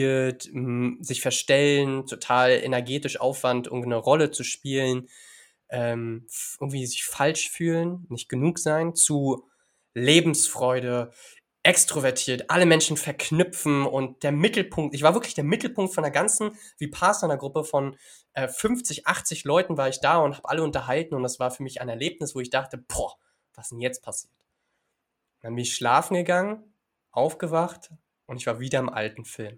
sich verstellen, total energetisch Aufwand, irgendeine Rolle zu spielen, irgendwie sich falsch fühlen, nicht genug sein, zu Lebensfreude, extrovertiert, alle Menschen verknüpfen und der Mittelpunkt, ich war wirklich der Mittelpunkt von der ganzen Vipassana-Gruppe von 50, 80 Leuten war ich da und habe alle unterhalten und das war für mich ein Erlebnis, wo ich dachte, boah, was denn jetzt passiert? Dann bin ich schlafen gegangen, aufgewacht und ich war wieder im alten Film.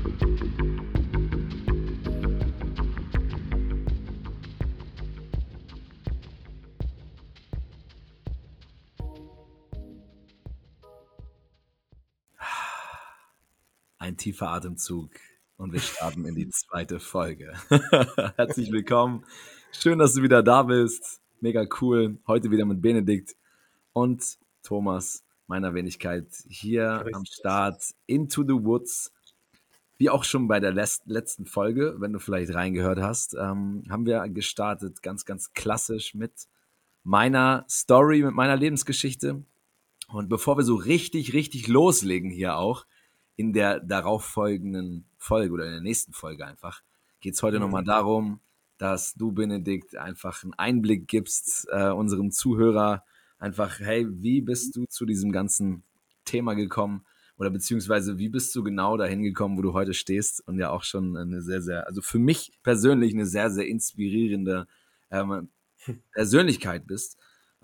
Ein tiefer Atemzug und wir starten in die zweite Folge. Herzlich willkommen. Schön, dass du wieder da bist. Mega cool. Heute wieder mit Benedikt und Thomas, meiner Wenigkeit, hier am Start. Into the Woods. Wie auch schon bei der letzten Folge, wenn du vielleicht reingehört hast, haben wir gestartet ganz, ganz klassisch mit meiner Story, mit meiner Lebensgeschichte. Und bevor wir so richtig loslegen hier auch, in der darauffolgenden Folge oder in der nächsten Folge einfach, geht es heute nochmal darum, dass du, Benedikt, einfach einen Einblick gibst, unserem Zuhörer einfach, hey, wie bist du zu diesem ganzen Thema gekommen oder beziehungsweise wie bist du genau dahin gekommen, wo du heute stehst und ja auch schon eine sehr, sehr, also für mich persönlich eine sehr, sehr inspirierende Persönlichkeit bist,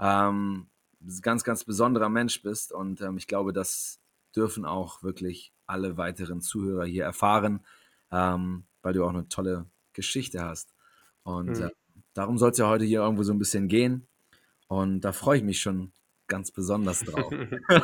ganz, ganz besonderer Mensch bist und ich glaube, das dürfen auch wirklich alle weiteren Zuhörer hier erfahren, weil du auch eine tolle Geschichte hast. Und darum soll es ja heute hier irgendwo so ein bisschen gehen. Und da freue ich mich schon ganz besonders drauf.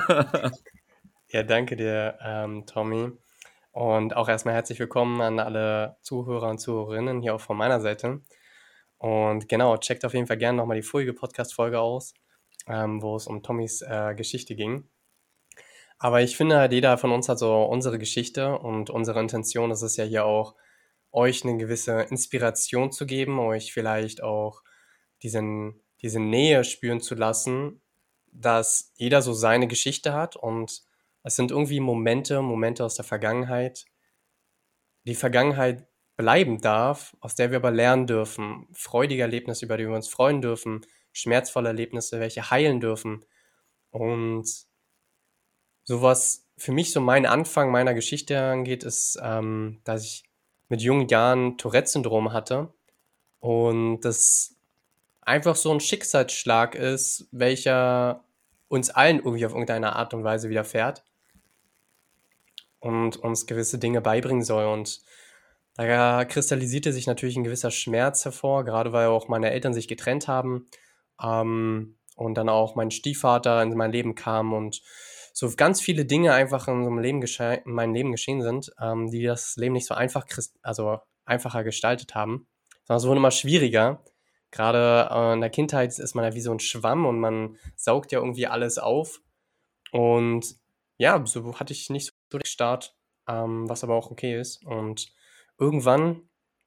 Ja, danke dir, Tommy. Und auch erstmal herzlich willkommen an alle Zuhörer und Zuhörerinnen hier auch von meiner Seite. Und genau, checkt auf jeden Fall gerne nochmal die vorige Podcast-Folge aus, wo es um Tommys Geschichte ging. Aber ich finde halt, jeder von uns hat so unsere Geschichte und unsere Intention ist es ja hier auch, euch eine gewisse Inspiration zu geben, euch vielleicht auch diese Nähe spüren zu lassen, dass jeder so seine Geschichte hat und es sind irgendwie Momente aus der Vergangenheit, die Vergangenheit bleiben darf, aus der wir aber lernen dürfen, freudige Erlebnisse, über die wir uns freuen dürfen, schmerzvolle Erlebnisse, welche heilen dürfen und sowas für mich so mein Anfang meiner Geschichte angeht, ist, dass ich mit jungen Jahren Tourette-Syndrom hatte und das einfach so ein Schicksalsschlag ist, welcher uns allen irgendwie auf irgendeine Art und Weise widerfährt und uns gewisse Dinge beibringen soll. Und da kristallisierte sich natürlich ein gewisser Schmerz hervor, gerade weil auch meine Eltern sich getrennt haben und dann auch mein Stiefvater in mein Leben kam und so ganz viele Dinge einfach in meinem Leben geschehen sind, die das Leben nicht so einfacher gestaltet haben, sondern es wurde immer schwieriger. Gerade in der Kindheit ist man ja wie so ein Schwamm und man saugt ja irgendwie alles auf. Und ja, so hatte ich nicht so den Start, was aber auch okay ist. Und irgendwann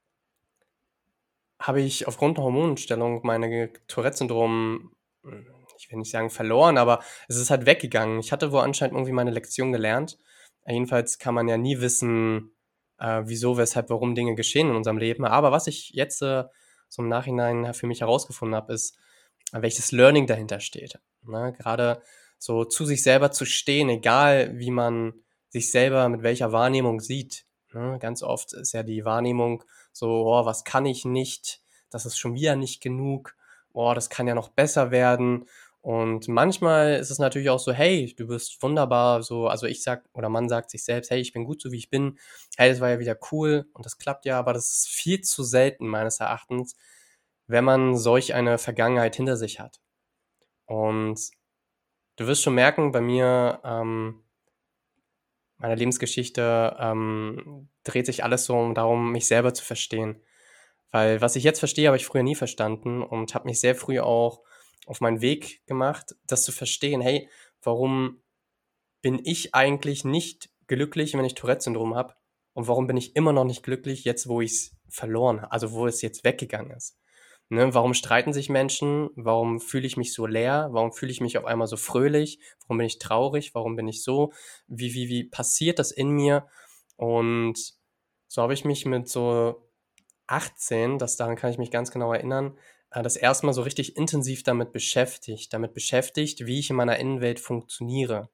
habe ich aufgrund der Hormonumstellung meine Tourette-Syndrom, ich will nicht sagen verloren, aber es ist halt weggegangen. Ich hatte wohl anscheinend irgendwie meine Lektion gelernt. Jedenfalls kann man ja nie wissen, wieso, weshalb, warum Dinge geschehen in unserem Leben. Aber was ich jetzt so im Nachhinein für mich herausgefunden habe, ist, welches Learning dahinter steht. Ne? Gerade so zu sich selber zu stehen, egal wie man sich selber mit welcher Wahrnehmung sieht. Ne? Ganz oft ist ja die Wahrnehmung so, oh, was kann ich nicht? Das ist schon wieder nicht genug. Oh, das kann ja noch besser werden. Und manchmal ist es natürlich auch so, hey, du bist wunderbar, so, also ich sag, oder man sagt sich selbst, hey, ich bin gut so wie ich bin, hey, das war ja wieder cool und das klappt ja, aber das ist viel zu selten meines Erachtens, wenn man solch eine Vergangenheit hinter sich hat. Und du wirst schon merken, bei mir, meiner Lebensgeschichte, dreht sich alles so darum, mich selber zu verstehen. Weil was ich jetzt verstehe, habe ich früher nie verstanden und habe mich sehr früh auch auf meinen Weg gemacht, das zu verstehen, hey, warum bin ich eigentlich nicht glücklich, wenn ich Tourette-Syndrom habe? Und warum bin ich immer noch nicht glücklich, jetzt wo ich es verloren habe, also wo es jetzt weggegangen ist? Ne, warum streiten sich Menschen? Warum fühle ich mich so leer? Warum fühle ich mich auf einmal so fröhlich? Warum bin ich traurig? Warum bin ich so? Wie passiert das in mir? Und so habe ich mich mit so 18, daran kann ich mich ganz genau erinnern, das erste Mal so richtig intensiv damit beschäftigt, wie ich in meiner Innenwelt funktioniere.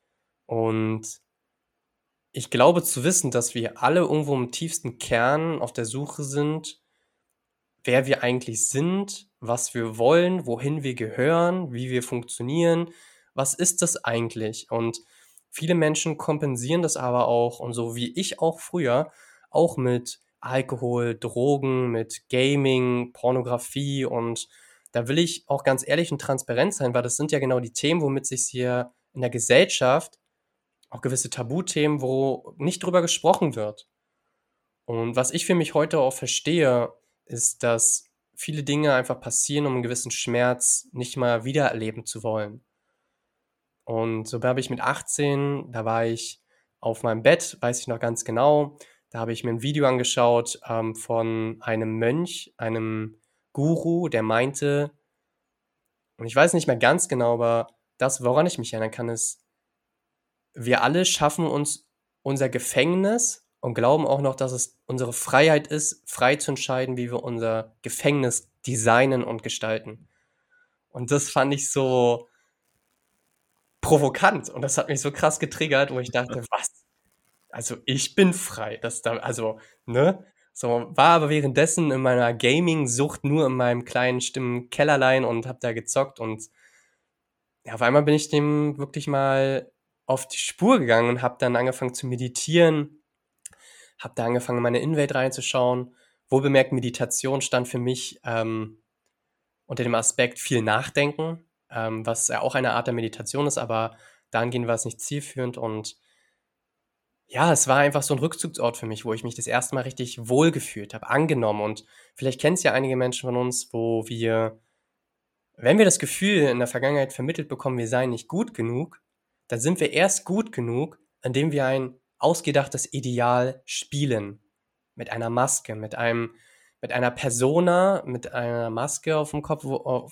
Und ich glaube zu wissen, dass wir alle irgendwo im tiefsten Kern auf der Suche sind, wer wir eigentlich sind, was wir wollen, wohin wir gehören, wie wir funktionieren. Was ist das eigentlich? Und viele Menschen kompensieren das aber auch, und so wie ich auch früher, auch mit Alkohol, Drogen, mit Gaming, Pornografie. Und da will ich auch ganz ehrlich und transparent sein, weil das sind ja genau die Themen, womit sich hier in der Gesellschaft, auch gewisse Tabuthemen, wo nicht drüber gesprochen wird. Und was ich für mich heute auch verstehe, ist, dass viele Dinge einfach passieren, um einen gewissen Schmerz nicht mal wiedererleben zu wollen. Und so habe ich mit 18, da war ich auf meinem Bett, weiß ich noch ganz genau, da habe ich mir ein Video angeschaut, von einem Mönch, einem Guru, der meinte, und ich weiß nicht mehr ganz genau, aber das, woran ich mich erinnern kann, ist: Wir alle schaffen uns unser Gefängnis und glauben auch noch, dass es unsere Freiheit ist, frei zu entscheiden, wie wir unser Gefängnis designen und gestalten. Und das fand ich so provokant und das hat mich so krass getriggert, wo ich dachte: „Was? Also, ich bin frei." Ne? So, war aber währenddessen in meiner Gaming-Sucht nur in meinem kleinen stillen Kellerlein und habe da gezockt, und ja, auf einmal bin ich dem wirklich mal auf die Spur gegangen und habe dann angefangen zu meditieren, habe da angefangen, in meine Innenwelt reinzuschauen. Wohlbemerkt, Meditation stand für mich unter dem Aspekt viel Nachdenken, was ja auch eine Art der Meditation ist, aber dahingehend war es nicht zielführend. Und ja, es war einfach so ein Rückzugsort für mich, wo ich mich das erste Mal richtig wohlgefühlt habe, angenommen. Und vielleicht kennen es ja einige Menschen von uns, wo wir, wenn wir das Gefühl in der Vergangenheit vermittelt bekommen, wir seien nicht gut genug, dann sind wir erst gut genug, indem wir ein ausgedachtes Ideal spielen. Mit einer Maske, mit einer Persona, mit einer Maske auf dem Kopf,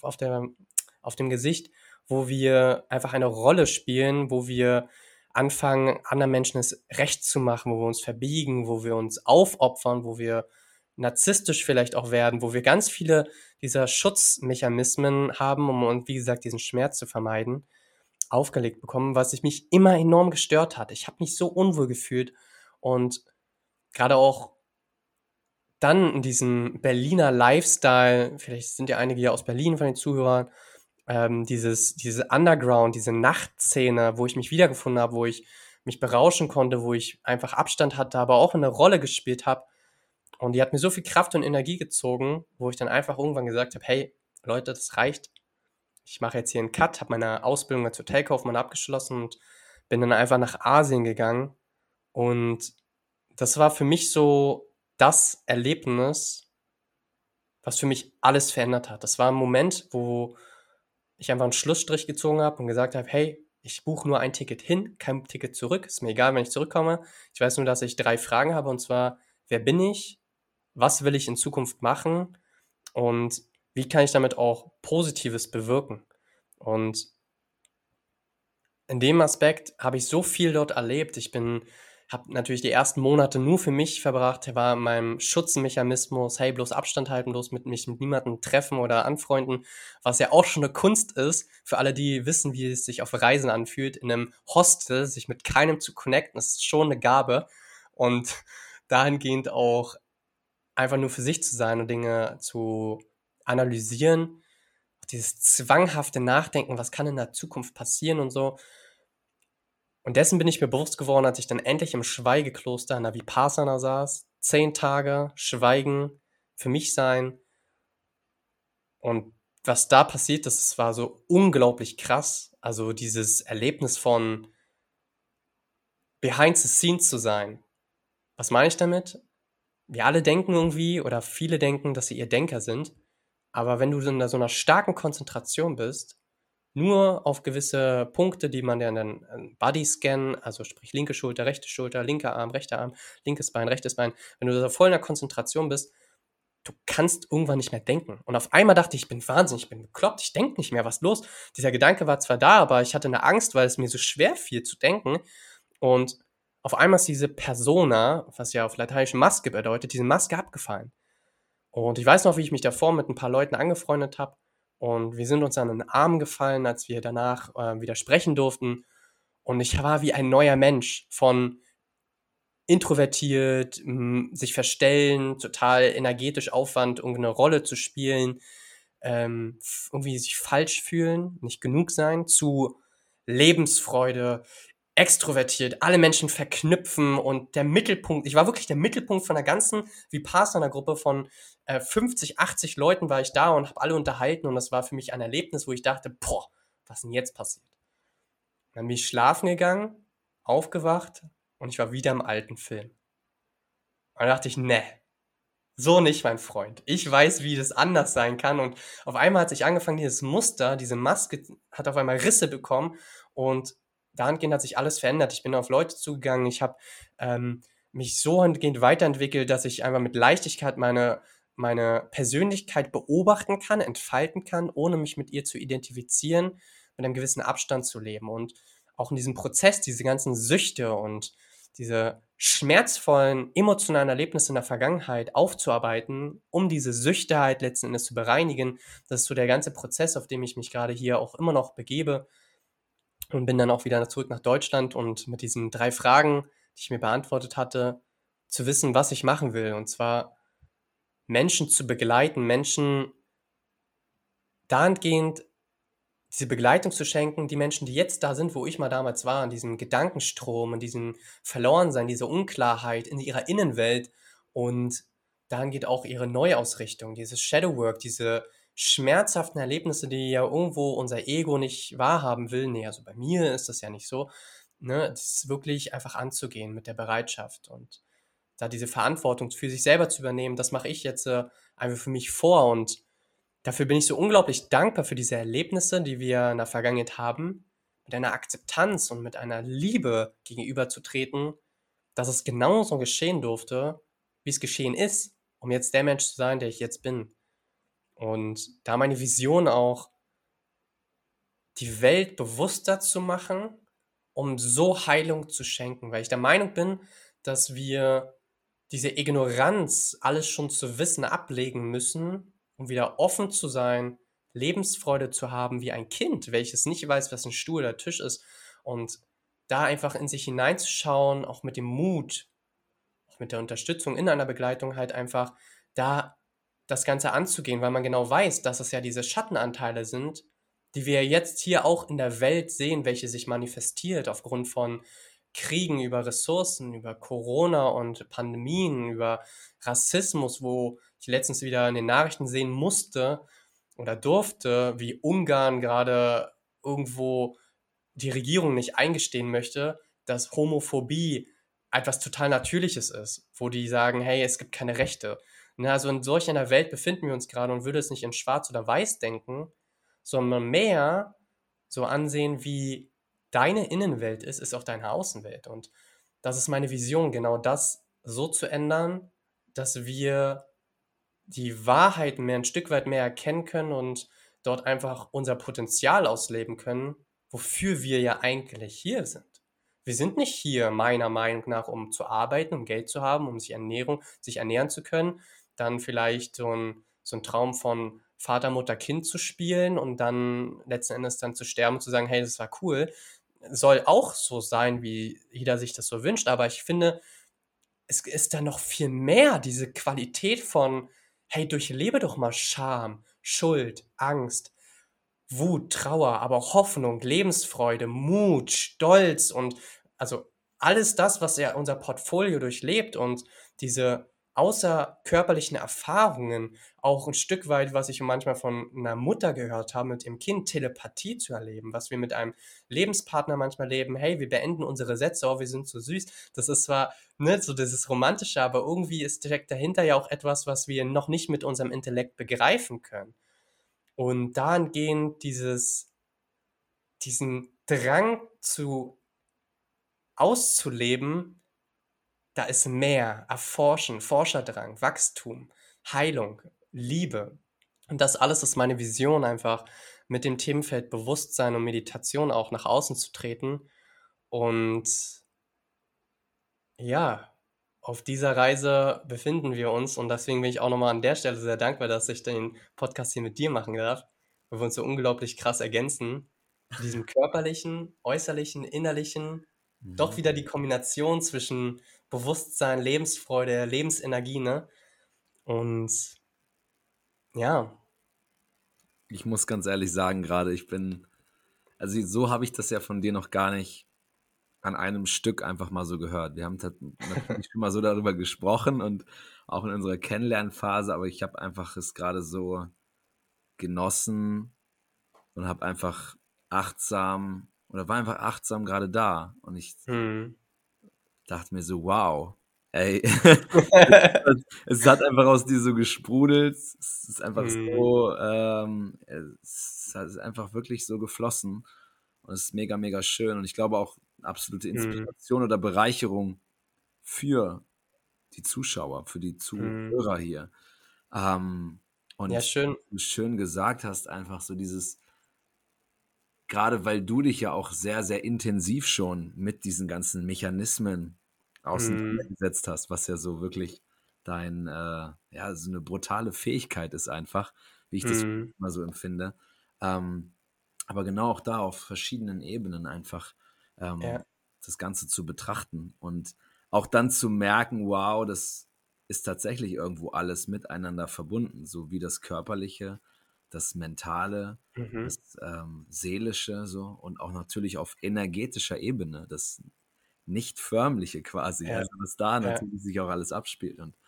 auf dem Gesicht, wo wir einfach eine Rolle spielen, wo wir anfangen, anderen Menschen es recht zu machen, wo wir uns verbiegen, wo wir uns aufopfern, wo wir narzisstisch vielleicht auch werden, wo wir ganz viele dieser Schutzmechanismen haben, wie gesagt, diesen Schmerz zu vermeiden, aufgelegt bekommen, was sich mich immer enorm gestört hat. Ich habe mich so unwohl gefühlt, und gerade auch dann in diesem Berliner Lifestyle, vielleicht sind ja einige ja aus Berlin von den Zuhörern, diese Underground, diese Nachtszene, wo ich mich wiedergefunden habe, wo ich mich berauschen konnte, wo ich einfach Abstand hatte, aber auch eine Rolle gespielt habe. Und die hat mir so viel Kraft und Energie gezogen, wo ich dann einfach irgendwann gesagt habe: Hey, Leute, das reicht. Ich mache jetzt hier einen Cut, habe meine Ausbildung als Hotelkaufmann abgeschlossen und bin dann einfach nach Asien gegangen. Und das war für mich so das Erlebnis, was für mich alles verändert hat. Das war ein Moment, wo ich einfach einen Schlussstrich gezogen habe und gesagt habe: Hey, ich buche nur ein Ticket hin, kein Ticket zurück. Ist mir egal, wenn ich zurückkomme. Ich weiß nur, dass ich 3 Fragen habe, und zwar: Wer bin ich? Was will ich in Zukunft machen? Und wie kann ich damit auch Positives bewirken? Und in dem Aspekt habe ich so viel dort erlebt. Habe natürlich die ersten Monate nur für mich verbracht, war in meinem Schutzmechanismus: Hey, bloß Abstand halten, bloß mich mit niemandem treffen oder anfreunden, was ja auch schon eine Kunst ist, für alle, die wissen, wie es sich auf Reisen anfühlt, in einem Hostel sich mit keinem zu connecten, das ist schon eine Gabe. Und dahingehend auch einfach nur für sich zu sein und Dinge zu analysieren, dieses zwanghafte Nachdenken, was kann in der Zukunft passieren und so. Und dessen bin ich mir bewusst geworden, als ich dann endlich im Schweigekloster in der Vipassana saß. 10 Tage Schweigen, für mich sein. Und was da passiert ist, es war so unglaublich krass. Also dieses Erlebnis von behind the scenes zu sein. Was meine ich damit? Wir alle denken irgendwie, oder viele denken, dass sie ihr Denker sind. Aber wenn du in so einer starken Konzentration bist, nur auf gewisse Punkte, die man ja dann Bodyscan, also sprich linke Schulter, linker Arm, rechter Arm, linkes Bein, rechtes Bein, wenn du da voll in der Konzentration bist, du kannst irgendwann nicht mehr denken. Und auf einmal dachte ich: Ich bin wahnsinnig, ich bin bekloppt, ich denke nicht mehr, was ist los? Dieser Gedanke war zwar da, aber ich hatte eine Angst, weil es mir so schwer fiel zu denken. Und auf einmal ist diese Persona, was ja auf Lateinisch Maske bedeutet, diese Maske abgefallen. Und ich weiß noch, wie ich mich davor mit ein paar Leuten angefreundet habe und wir sind uns an den Arm gefallen, als wir danach wieder sprechen durften. Und ich war wie ein neuer Mensch, von introvertiert, sich verstellen, total energetisch Aufwand, irgendeine Rolle zu spielen, irgendwie sich falsch fühlen, nicht genug sein, zu Lebensfreude, extrovertiert, alle Menschen verknüpfen und der Mittelpunkt, ich war wirklich der Mittelpunkt von der ganzen Vipassana-Gruppe von 50, 80 Leuten war ich da und habe alle unterhalten und das war für mich ein Erlebnis, wo ich dachte, boah, was denn jetzt passiert? Dann bin ich schlafen gegangen, aufgewacht und ich war wieder im alten Film. Und dann dachte ich, ne, so nicht, mein Freund. Ich weiß, wie das anders sein kann. Und auf einmal hat sich angefangen, dieses Muster, diese Maske hat auf einmal Risse bekommen und dahingehend hat sich alles verändert. Ich bin auf Leute zugegangen, ich habe mich so hingehend weiterentwickelt, dass ich einfach mit Leichtigkeit meine Persönlichkeit beobachten kann, entfalten kann, ohne mich mit ihr zu identifizieren, mit einem gewissen Abstand zu leben. Und auch in diesem Prozess, diese ganzen Süchte und diese schmerzvollen emotionalen Erlebnisse in der Vergangenheit aufzuarbeiten, um diese Süchte halt letzten Endes zu bereinigen. Das ist so der ganze Prozess, auf dem ich mich gerade hier auch immer noch begebe und bin dann auch wieder zurück nach Deutschland und mit diesen 3 Fragen, die ich mir beantwortet hatte, zu wissen, was ich machen will. Und zwar Menschen zu begleiten, Menschen dahingehend diese Begleitung zu schenken, die Menschen, die jetzt da sind, wo ich mal damals war, in diesem Gedankenstrom, in diesem Verlorensein, diese Unklarheit in ihrer Innenwelt und dann geht auch ihre Neuausrichtung, dieses Shadowwork, diese schmerzhaften Erlebnisse, die ja irgendwo unser Ego nicht wahrhaben will. Nee, also bei mir ist das ja nicht so. Ne, das ist wirklich einfach anzugehen mit der Bereitschaft und da diese Verantwortung für sich selber zu übernehmen, das mache ich jetzt einfach für mich vor und dafür bin ich so unglaublich dankbar für diese Erlebnisse, die wir in der Vergangenheit haben, mit einer Akzeptanz und mit einer Liebe gegenüberzutreten, dass es genauso geschehen durfte, wie es geschehen ist, um jetzt der Mensch zu sein, der ich jetzt bin. Und da meine Vision auch, die Welt bewusster zu machen, um so Heilung zu schenken, weil ich der Meinung bin, dass wir diese Ignoranz, alles schon zu wissen, ablegen müssen, um wieder offen zu sein, Lebensfreude zu haben wie ein Kind, welches nicht weiß, was ein Stuhl oder Tisch ist und da einfach in sich hineinzuschauen, auch mit dem Mut, auch mit der Unterstützung in einer Begleitung halt einfach da das Ganze anzugehen, weil man genau weiß, dass es ja diese Schattenanteile sind, die wir jetzt hier auch in der Welt sehen, welche sich manifestiert aufgrund von Kriegen über Ressourcen, über Corona und Pandemien, über Rassismus, wo ich letztens wieder in den Nachrichten sehen musste oder durfte, wie Ungarn gerade irgendwo die Regierung nicht eingestehen möchte, dass Homophobie etwas total Natürliches ist, wo die sagen, hey, es gibt keine Rechte. Ne, also in solch einer Welt befinden wir uns gerade und würde es nicht in Schwarz oder Weiß denken, sondern mehr so ansehen, wie deine Innenwelt ist, ist auch deine Außenwelt. Und das ist meine Vision, genau das so zu ändern, dass wir die Wahrheit mehr ein Stück weit mehr erkennen können und dort einfach unser Potenzial ausleben können, wofür wir ja eigentlich hier sind. Wir sind nicht hier, meiner Meinung nach, um zu arbeiten, um Geld zu haben, um sich ernähren zu können, dann vielleicht so ein Traum von Vater, Mutter, Kind zu spielen und dann letzten Endes dann zu sterben und zu sagen, hey, das war cool. Soll auch so sein, wie jeder sich das so wünscht, aber ich finde, es ist da noch viel mehr, diese Qualität von, hey, durchlebe doch mal Scham, Schuld, Angst, Wut, Trauer, aber auch Hoffnung, Lebensfreude, Mut, Stolz und also alles das, was ja unser Portfolio durchlebt und diese außerkörperlichen Erfahrungen, auch ein Stück weit, was ich manchmal von einer Mutter gehört habe, mit ihrem Kind Telepathie zu erleben, was wir mit einem Lebenspartner manchmal leben, hey, wir beenden unsere Sätze, oh, wir sind so süß. Das ist zwar ne, so dieses Romantische, aber irgendwie ist direkt dahinter ja auch etwas, was wir noch nicht mit unserem Intellekt begreifen können. Und dahingehend diesen Drang auszuleben, da ist mehr, Erforschen, Forscherdrang, Wachstum, Heilung, Liebe. Und das alles ist meine Vision, einfach mit dem Themenfeld Bewusstsein und Meditation auch nach außen zu treten und Ja, auf dieser Reise befinden wir uns und deswegen bin ich auch nochmal an der Stelle sehr dankbar, dass ich den Podcast hier mit dir machen darf, weil wir uns so unglaublich krass ergänzen. In diesem körperlichen, äußerlichen, innerlichen, doch Mhm. wieder die Kombination zwischen Bewusstsein, Lebensfreude, Lebensenergie, ne? Und ja, Ich muss ganz ehrlich sagen, gerade also so habe ich das ja von dir noch gar nicht an einem Stück einfach mal so gehört. Wir haben natürlich schon mal so darüber gesprochen und auch in unserer Kennenlernphase, aber ich habe einfach es gerade so genossen und habe einfach achtsam oder war einfach achtsam gerade da. Und ich hm. dachte mir so, wow, ey, es hat einfach aus dir so gesprudelt. Es ist einfach Hm. so, es ist einfach wirklich so geflossen. Und es ist mega, mega schön. Und ich glaube auch eine absolute Hm. Inspiration oder Bereicherung für die Zuschauer, für die Hm. Zuhörer hier. Ähm, Ja, und schön. du schön gesagt hast, einfach so dieses, gerade weil du dich ja auch sehr, sehr intensiv schon mit diesen ganzen Mechanismen Hm. auseinandergesetzt hast, was ja so wirklich ja, so eine brutale Fähigkeit ist einfach, wie ich das Hm. mal so empfinde. Ähm, aber genau auch da auf verschiedenen Ebenen einfach Ja. das Ganze zu betrachten und auch dann zu merken, wow, das ist tatsächlich irgendwo alles miteinander verbunden, so wie das Körperliche, das Mentale, Mhm. das Seelische so und auch natürlich auf energetischer Ebene, das nicht förmliche quasi, Ja, also was da ja. natürlich sich auch alles abspielt und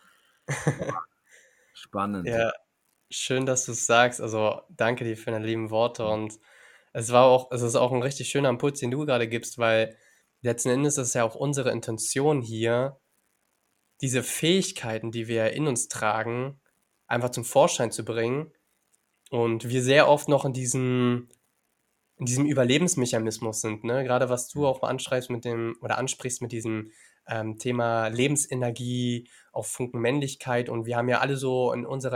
spannend, ja. Ja, schön, dass du es sagst. Also, danke dir für deine lieben Worte und es ist auch ein richtig schöner Impuls, den du gerade gibst, weil letzten Endes ist es ja auch unsere Intention hier, diese Fähigkeiten, die wir in uns tragen, einfach zum Vorschein zu bringen und wir sehr oft noch in diesem Überlebensmechanismus sind, ne? Gerade was du auch anschreibst mit dem oder ansprichst mit diesem, Thema Lebensenergie, auch Funken Männlichkeit und wir haben ja alle so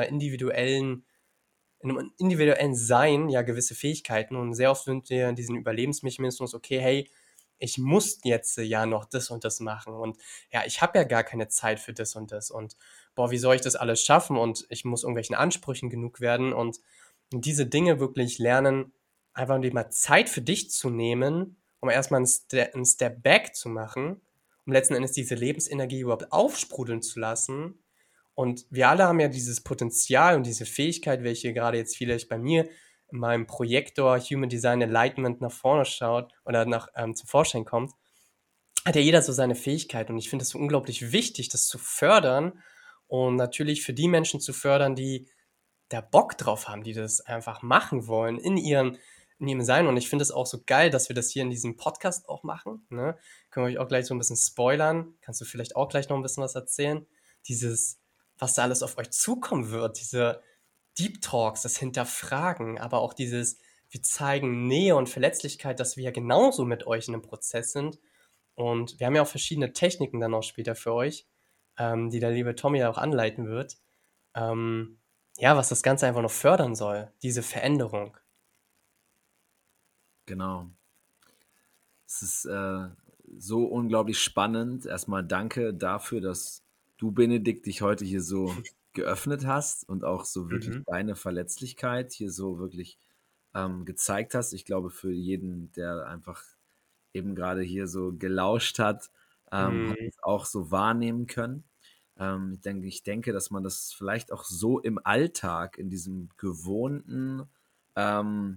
in 'nem individuellen Sein ja gewisse Fähigkeiten und sehr oft sind wir in diesem Überlebensmechanismus: „Okay, hey, ich muss jetzt ja noch das und das machen und ja, ich habe ja gar keine Zeit für das und das und boah, wie soll ich das alles schaffen und ich muss irgendwelchen Ansprüchen genug werden“ und diese Dinge wirklich lernen, einfach dir mal Zeit für dich zu nehmen, um erst mal 'n Step back zu machen, um letzten Endes diese Lebensenergie überhaupt aufsprudeln zu lassen und wir alle haben ja dieses Potenzial und diese Fähigkeit, welche gerade jetzt vielleicht bei mir in meinem Projektor Human Design Enlightenment nach vorne schaut oder zum Vorschein kommt, hat ja jeder so seine Fähigkeit. Und ich finde es so unglaublich wichtig, das zu fördern und natürlich für die Menschen zu fördern, die da Bock drauf haben, die das einfach machen wollen in ihrem Sein. Und ich finde es auch so geil, dass wir das hier in diesem Podcast auch machen. Ne? Können wir euch auch gleich so ein bisschen spoilern. Kannst du vielleicht auch gleich noch ein bisschen was erzählen? Dieses, was da alles auf euch zukommen wird, diese Deep Talks, das Hinterfragen, aber auch dieses, wir zeigen Nähe und Verletzlichkeit, dass wir ja genauso mit euch in einem Prozess sind. Und wir haben ja auch verschiedene Techniken dann auch später für euch, die der liebe Tommy ja auch anleiten wird. Ähm, ja, was das Ganze einfach noch fördern soll, diese Veränderung. Genau. Es ist so unglaublich spannend. Erstmal danke dafür, dass du, Benedikt, dich heute hier so geöffnet hast und auch so wirklich Mhm. deine Verletzlichkeit hier so wirklich gezeigt hast. Ich glaube, für jeden, der einfach eben gerade hier so gelauscht hat, hat Mhm. es auch so wahrnehmen können. Ich denke, dass man das vielleicht auch so im Alltag, in diesem gewohnten ähm,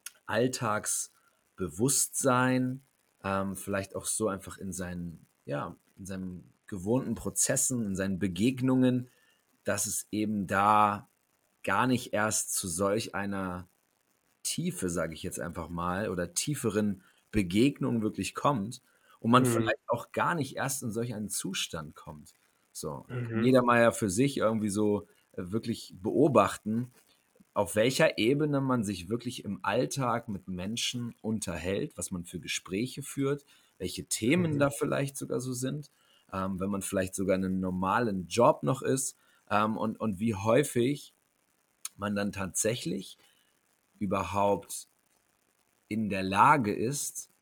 Alltagsbewusstsein, vielleicht auch so einfach ja, in seinen gewohnten Prozessen, in seinen Begegnungen, dass es eben da gar nicht erst zu solch einer Tiefe, sage ich jetzt einfach mal, oder tieferen Begegnung wirklich kommt und man Mhm. vielleicht auch gar nicht erst in solch einen Zustand kommt. So, kann Mhm. jeder mal ja für sich irgendwie so wirklich beobachten, auf welcher Ebene man sich wirklich im Alltag mit Menschen unterhält, was man für Gespräche führt, welche Themen Mhm. da vielleicht sogar so sind, wenn man vielleicht sogar in einem normalen Job noch ist, und wie häufig man dann tatsächlich überhaupt in der Lage ist,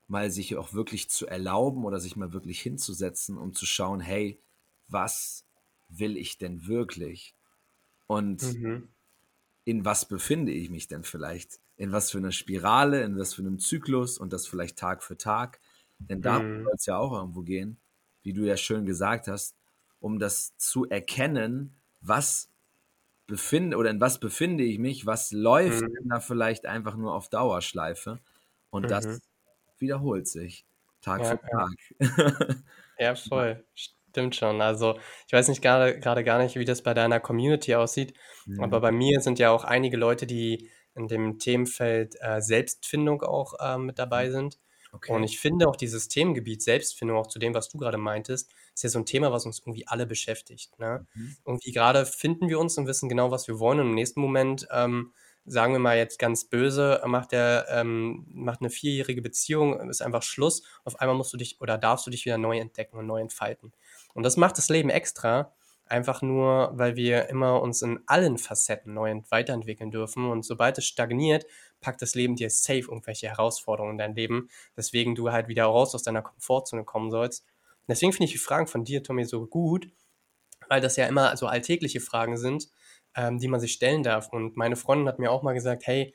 mal sich auch wirklich zu erlauben oder sich mal wirklich hinzusetzen, um zu schauen, hey, was will ich denn wirklich? Und Mhm. in was befinde ich mich denn vielleicht? In was für einer Spirale, in was für einem Zyklus und das vielleicht Tag für Tag? Denn darum Mhm. soll es ja auch irgendwo gehen, wie du ja schön gesagt hast, um das zu erkennen, was befinde oder in was befinde ich mich, was läuft Mhm. denn da vielleicht einfach nur auf Dauerschleife und Mhm. das wiederholt sich Tag für Ja, ja. Tag. Ja, voll. Stimmt schon. Also, ich weiß nicht gerade gar nicht, wie das bei deiner Community aussieht, Mhm. aber bei mir sind ja auch einige Leute, die in dem Themenfeld, Selbstfindung auch, mit dabei sind. Und Okay. ich finde auch dieses Themengebiet Selbstfindung, auch zu dem, was du gerade meintest, ist ja so ein Thema, was uns irgendwie alle beschäftigt, ne? Mhm. Irgendwie gerade finden wir uns und wissen genau, was wir wollen und im nächsten Moment, sagen wir mal jetzt ganz böse, macht eine vierjährige Beziehung, ist einfach Schluss. Auf einmal musst du dich oder darfst du dich wieder neu entdecken und neu entfalten. Und das macht das Leben extra, einfach nur, weil wir immer uns in allen Facetten neu weiterentwickeln dürfen. Und sobald es stagniert, packt das Leben dir safe irgendwelche Herausforderungen in dein Leben, weswegen du halt wieder raus aus deiner Komfortzone kommen sollst. Und deswegen finde ich die Fragen von dir, Tommy, so gut, weil das ja immer so alltägliche Fragen sind, die man sich stellen darf. Und meine Freundin hat mir auch mal gesagt, hey,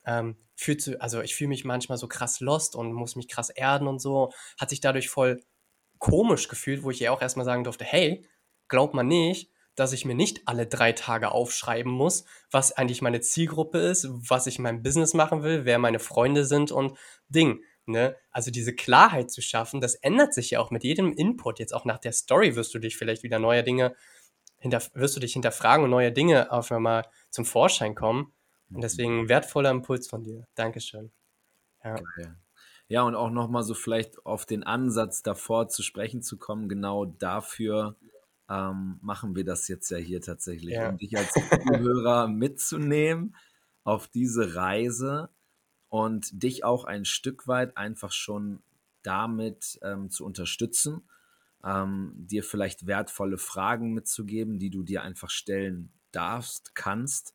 also ich fühle mich manchmal so krass lost und muss mich krass erden und so, hat sich dadurch voll komisch gefühlt, wo ich ihr auch erstmal sagen durfte, hey, glaub mal nicht, dass ich mir nicht alle 3 Tage aufschreiben muss, was eigentlich meine Zielgruppe ist, was ich in meinem Business machen will, wer meine Freunde sind und Ding. Ne? Also diese Klarheit zu schaffen, das ändert sich ja auch mit jedem Input. Jetzt auch nach der Story wirst du dich vielleicht wieder neue Dinge wirst du dich hinterfragen und neue Dinge auf einmal zum Vorschein kommen. Und Mhm. deswegen wertvoller Impuls von dir. Dankeschön. Ja. Geil. Ja, und auch noch mal so vielleicht auf den Ansatz davor zu sprechen zu kommen, genau dafür, machen wir das jetzt ja hier tatsächlich, Ja. um dich als Zuhörer mitzunehmen auf diese Reise und dich auch ein Stück weit einfach schon damit, zu unterstützen, dir vielleicht wertvolle Fragen mitzugeben, die du dir einfach stellen darfst, kannst,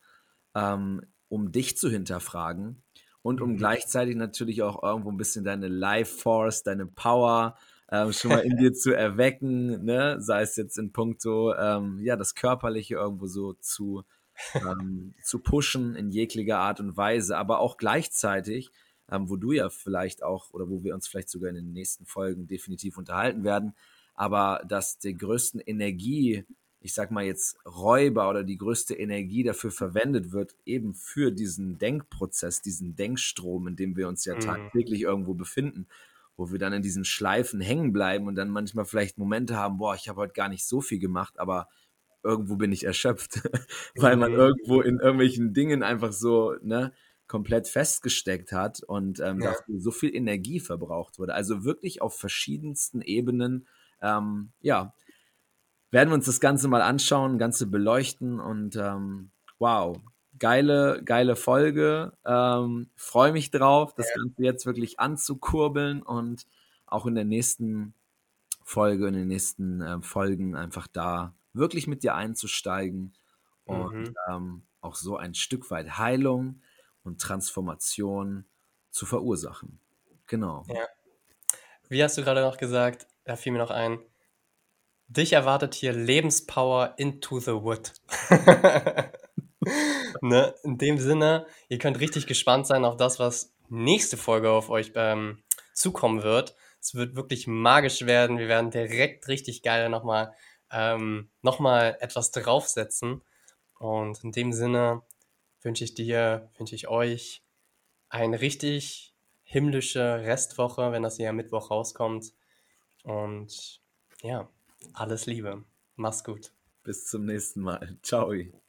um dich zu hinterfragen und um Mhm. gleichzeitig natürlich auch irgendwo ein bisschen deine Life Force, deine Power schon mal in dir zu erwecken, ne? Sei es jetzt in puncto, ja, das Körperliche irgendwo so zu pushen in jeglicher Art und Weise, aber auch gleichzeitig, wo du ja vielleicht auch oder wo wir uns vielleicht sogar in den nächsten Folgen definitiv unterhalten werden, aber dass die größten Energie, ich sag mal jetzt Räuber oder die größte Energie dafür verwendet wird, eben für diesen Denkprozess, diesen Denkstrom, in dem wir uns ja Mhm. tagtäglich irgendwo befinden, wo wir dann in diesen Schleifen hängen bleiben und dann manchmal vielleicht Momente haben, boah, ich habe heute gar nicht so viel gemacht, aber irgendwo bin ich erschöpft, weil man Mhm. irgendwo in irgendwelchen Dingen einfach so, ne, komplett festgesteckt hat und Ja. dafür so viel Energie verbraucht wurde. Also wirklich auf verschiedensten Ebenen, ja, werden wir uns das Ganze mal anschauen, Ganze beleuchten und wow, geile Folge. Freue mich drauf, das Ganze jetzt wirklich anzukurbeln und auch in der nächsten Folge, in den nächsten Folgen einfach da wirklich mit dir einzusteigen und Mhm. auch so ein Stück weit Heilung und Transformation zu verursachen. Genau. Ja. Wie hast du gerade noch gesagt, da fiel mir noch ein, dich erwartet hier Lebenspower into the wood. Ne? In dem Sinne, ihr könnt richtig gespannt sein auf das, was nächste Folge auf euch zukommen wird. Es wird wirklich magisch werden. Wir werden direkt richtig geil noch mal etwas draufsetzen. Und in dem Sinne wünsche ich euch eine richtig himmlische Restwoche, wenn das hier am Mittwoch rauskommt. Und ja, alles Liebe. Mach's gut. Bis zum nächsten Mal. Ciao.